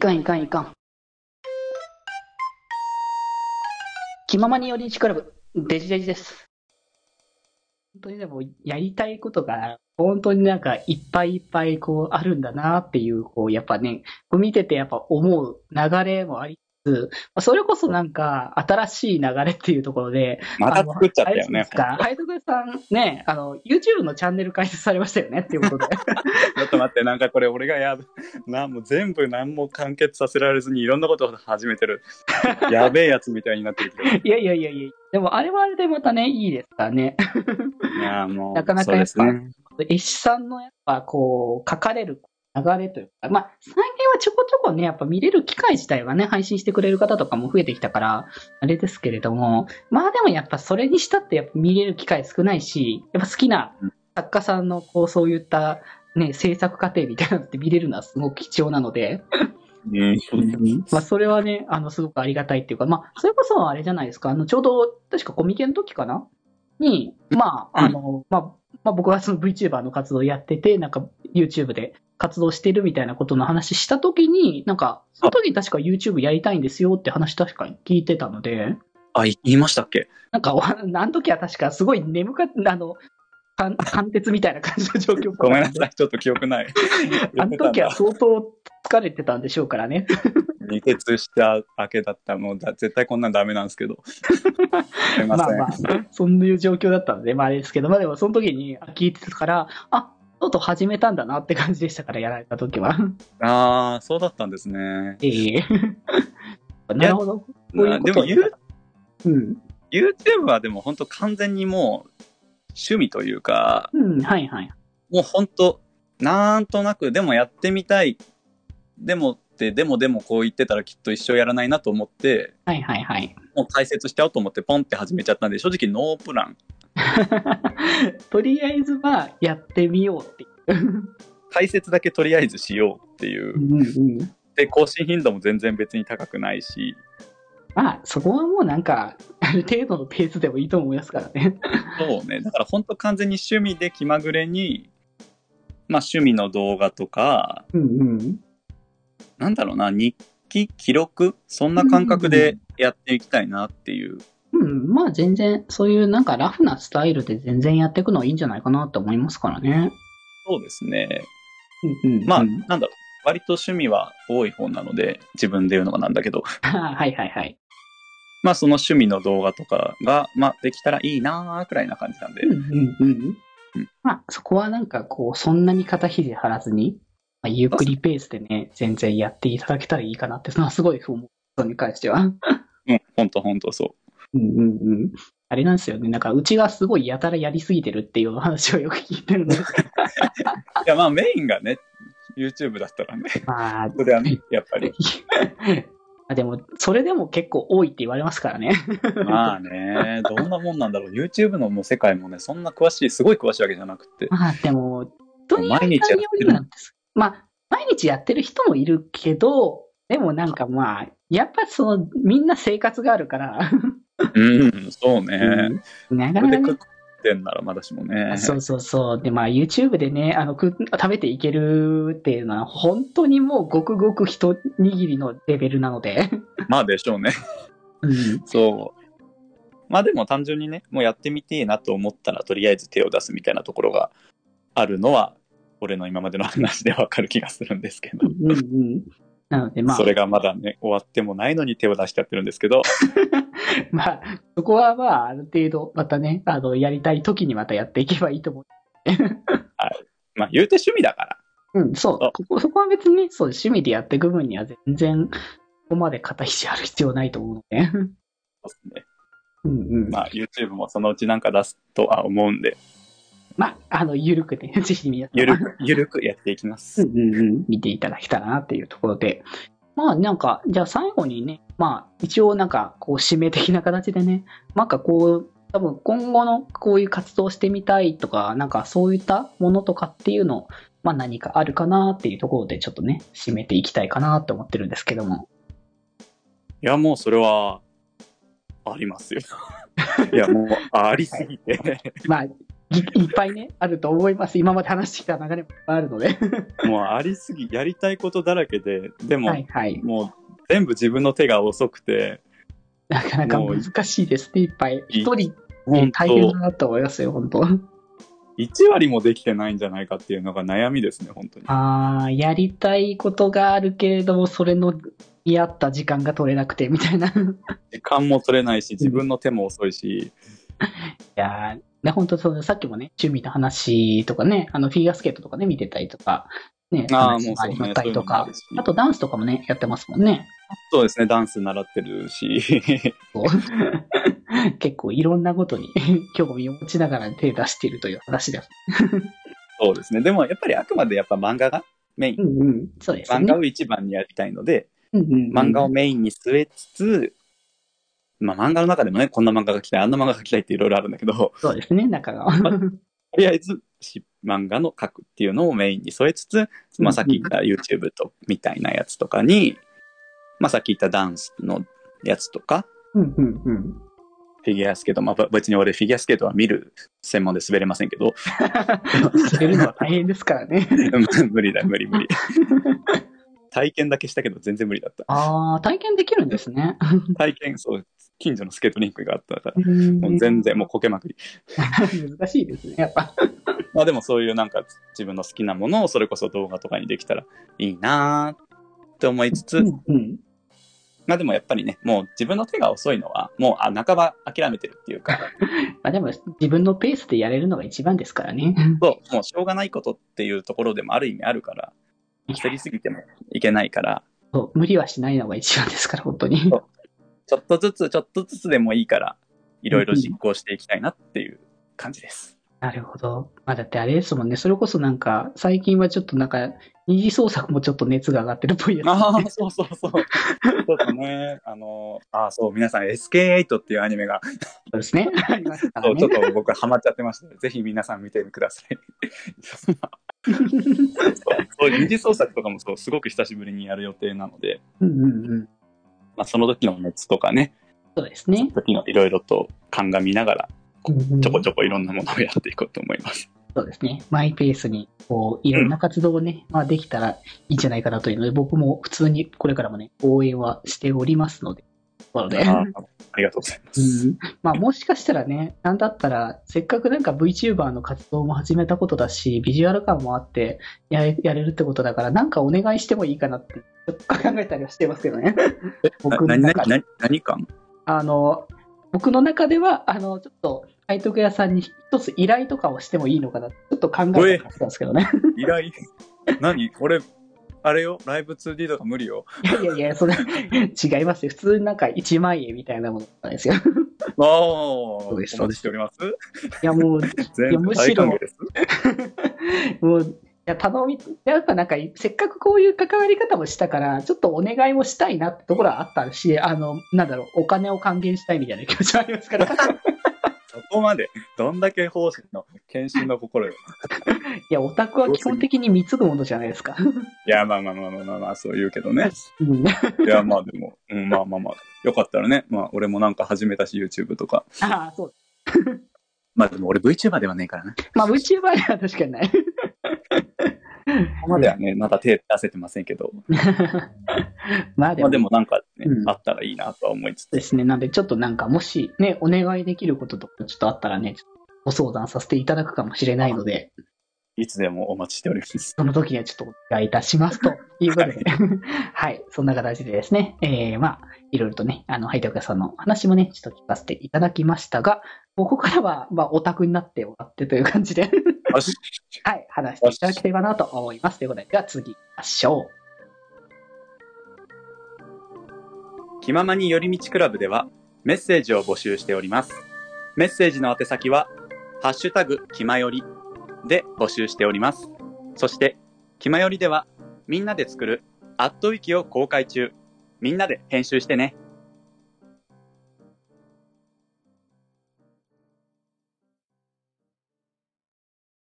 かんいかんいかん。気ままに寄り道クラブ、デジデジです。本当にでも、やりたいことが、本当になんか、いっぱいいっぱい、こう、あるんだなっていう、こう、やっぱね、こう見ててやっぱ思う流れもありつつ、それこそなんか、新しい流れっていうところで、 また作っちゃっあれたよね、 ですか、ハイドクさんね、YouTube のチャンネル開設されましたよねっていうことで。 ちょっと待って、なんかこれ俺がもう全部何も完結させられずにいろんなことを始めてる。やべえやつみたいになってるけど。 いやいやいやいや、でもあれはあれでまたね、いいですからね。 いや、もなかう、そうなかやっぱ、 ですね。 絵師さんのやっぱこう、書かれる流れというか、まあ、最近はちょこちょこね、やっぱ見れる機会自体はね、配信してくれる方とかも増えてきたから、あれですけれども、まあでもやっぱそれにしたってやっぱ見れる機会少ないし、やっぱ好きな作家さんのこう、そういったね、制作過程みたいなのって見れるのはすごく貴重なので、まあそれはね、すごくありがたいっていうか、まあ、それこそあれじゃないですか、ちょうど、確かコミケの時かなに、まあ、僕はその VTuber の活動やってて、なんか YouTube で活動してるみたいなことの話したときに、なんか、その時に確か YouTube やりたいんですよって話確かに聞いてたので、 言いましたっけ？ なんか、あの時は確かすごい眠かった、貫徹みたいな感じの状況っぽかったんで。 ごめんなさい、ちょっと記憶ない。 あの時は相当疲れてたんでしょうからね。 二徹した明けだったの絶対こんなんダメなんですけど。すいません。 まあ、そういう状況だったので、まああれですけど、まあでもその時に聞いてたから、ちょっと始めたんだなって感じでしたから、やられた時は。 ああ、そうだったんですね。 ええなるほど。こういうことをやった。 YouTube はでも本当完全にもう趣味というか、 はいはい。 もう本当なんとなくでもやってみたい。でもこう言ってたらきっと一生やらないなと思って、 はいはいはい。 もう解説しちゃおうと思ってポンって始めちゃったんで、正直ノープラン。 とりあえずはやってみようっていう。 解説だけとりあえずしようっていう。で、更新頻度も全然別に高くないし。 まあ、そこはもうなんか、ある程度のペースでもいいと思いますからね。 そうね。だから本当完全に趣味で気まぐれに、まあ趣味の動画とか、なんだろうな、日記、記録そんな感覚でやっていきたいなっていう。 まあ全然、そういうなんかラフなスタイルで全然やっていくのはいいんじゃないかなと思いますからね。 そうですね。まあ、なんだろう。割と趣味は多い方なので、自分で言うのがなんだけど。 はいはいはい。 まあその趣味の動画とかが、まあできたらいいなーくらいな感じなんで。 まあそこはなんかこう、そんなに肩肘張らずに、まあ、ゆっくりペースでね、全然やっていただけたらいいかなって、そのすごい思うことに関しては。 ほんとそう。 あれなんですよね。なんか、うちがすごいやたらやりすぎてるっていう話をよく聞いてるので。いや、まあメインがね、YouTube だったらね。 まあ、 それはね、やっぱり。 でも、それでも結構多いって言われますからね。 まあね、どんなもんなんだろう。YouTube のもう世界もね、そんな詳しい、すごい詳しいわけじゃなくて。 まあ、でも、 毎日やってる。 まあ、毎日やってる人もいるけど、でもなんかまあ、やっぱその、みんな生活があるから。 そうね。 なかなかね。 ってんならまだしもね。 そうそうそう。で、まあ YouTube でね、食べていけるっていうのは、本当にもうごくごく一握りのレベルなので。 まあでしょうね。そう。まあでも単純にね、もうやってみていいなと思ったら、とりあえず手を出すみたいなところがあるのは、俺の今までの話でわかる気がするんですけど。 なのでまあ。 それがまだね、終わってもないのに手を出しちゃってるんですけど。 まあ、そこはまあ、ある程度、またね、やりたい時にまたやっていけばいいと思う。 はい。まあ、言うて趣味だから。 そう。そこは別に、そう、趣味でやっていく分には全然、ここまで肩肘ある必要ないと思うので。 そうですね。まあ、YouTube もそのうちなんか出すとは思うんで。 まあ、ゆるくね、ぜひ皆さん。 ゆるくやっていきます。 見ていただけたらなっていうところで。まあなんか、じゃあ最後にね、まあ一応なんかこう指名的な形でね、なんかこう、多分今後のこういう活動してみたいとか、なんかそういったものとかっていうの、まあ何かあるかなっていうところでちょっとね、締めていきたいかなと思ってるんですけども。 いや、もうそれは、ありますよ。いや、もう、ありすぎて。 まあ、 いっぱいね、あると思います。今まで話してきた流れもいっぱいあるので。 もうありすぎ、やりたいことだらけで、でも、 はいはい。 もう全部自分の手が遅くて。 なかなか難しいですね、いっぱい。一人大変だなと思いますよ、本当。 1割もできてないんじゃないかっていうのが悩みですね、本当に。 やりたいことがあるけれども、それの見合った時間が取れなくて、みたいな。 時間も取れないし、自分の手も遅いし。 いやね、本当そう、さっきもね、趣味の話とかね、フィギュアスケートとかね、見てたりとか、ね、話もありったりとか、あとダンスとかもね、やってますもんね。 そうですね、ダンス習ってるし。 結構いろんなことに興味を持ちながら手出しているという話です。 そうですね。でもやっぱりあくまでやっぱ漫画がメイン。 そうですね。 漫画を一番にやりたいので、漫画をメインに据えつつ、まあ漫画の中でもね、こんな漫画が描きたい、あんな漫画が描きたいっていろいろあるんだけど。 そうですね、中が。 とりあえず漫画の描くっていうのをメインに添えつつ、まあさっき言った YouTube とみたいなやつとかに、まあさっき言ったダンスのやつとか、フィギュアスケート、まあ別に俺フィギュアスケートは見る専門で滑れませんけど。 滑るのは大変ですからね。 無理。体験だけしたけど全然無理だった。 体験できるんですね。 体験、そう、近所のスケートリンクがあったから、もう全然もうこけまくり。 難しいですね、やっぱ。 まあでもそういうなんか自分の好きなものをそれこそ動画とかにできたらいいなーって思いつつ、まあでもやっぱりね、もう自分の手が遅いのは、もう半ば諦めてるっていうか。 まあでも自分のペースでやれるのが一番ですからね。 そう、もうしょうがないことっていうところでもある意味あるから、焦りすぎてもいけないから。 そう、無理はしないのが一番ですから、本当に。 ちょっとずつでもいいから、いろいろ実行していきたいなっていう感じです。 なるほど。まあだってあれですもんね、それこそなんか、最近はちょっとなんか、二次創作もちょっと熱が上がってるっぽいですね。 そう。ちょっとね、そう、皆さん SK8 っていうアニメが。 そうですね。ありましたね。 そう、ちょっと僕ハマっちゃってましたので、ぜひ皆さん見てください。そう、二次創作とかもそう、すごく久しぶりにやる予定なので、まあその時の熱とかね、 そうですね。 その時のいろいろと鑑みながら、ちょこちょこいろんなものをやっていこうと思います。 そうですね。マイペースに、こう、いろんな活動をね、まあできたらいいんじゃないかなというので、僕も普通にこれからもね、応援はしておりますので。 ありがとうございます。 まあもしかしたらね、なんだったら、せっかくなんか VTuber の活動も始めたことだし、ビジュアル感もあってやれるってことだから、なんかお願いしてもいいかなって、ちょっと考えたりはしてますけどね。僕の中で。 何感？ 僕の中では、ちょっと、海徳屋さんに一つ依頼とかをしてもいいのかな、ちょっと考えてたんですけどね。 依頼？何？俺、あれよ、ライブ 2D とか無理よ。 いや、それ、違いますよ。普通になんか1万円みたいなものなんですよ。 そうです。お待ちしております。 いや、もう、むしろ、もう、やっぱなんか、せっかくこういう関わり方もしたから、ちょっとお願いもしたいなってところはあったし、なんだろう、お金を還元したいみたいな気持ちもありますから。 そこまで、どんだけ奉仕の献身の心よ。 いや、オタクは基本的に貢ぐものじゃないですか。 いや、まあ、そう言うけどね。いや、まあでも、まあ、よかったらね。まあ、俺もなんか始めたし、YouTube とか。 そう。 まあでも俺 VTuber ではねえからね。 まあ VTuber では確かにない。 ここまではね、まだ手出せてませんけど。 まあでもなんかね、あったらいいなとは思いつつ。 ですね。なんでちょっとなんかもしね、お願いできることとかちょっとあったらね、ご相談させていただくかもしれないので。 いつでもお待ちしております。 その時にはちょっとお願いいたしますということで、はい、そんな形でですね、まあ、いろいろとね、ハイテクさんの話もね、ちょっと聞かせていただきましたが、ここからは、まあ、オタクになってもらってという感じで、はい、話していただければなと思います。ということで、では次行きましょう。気ままに寄り道クラブでは、メッセージを募集しております。メッセージの宛先は、ハッシュタグ気まよりで募集しております。そして、気まよりではみんなで作る@wikiを公開中。みんなで編集してね。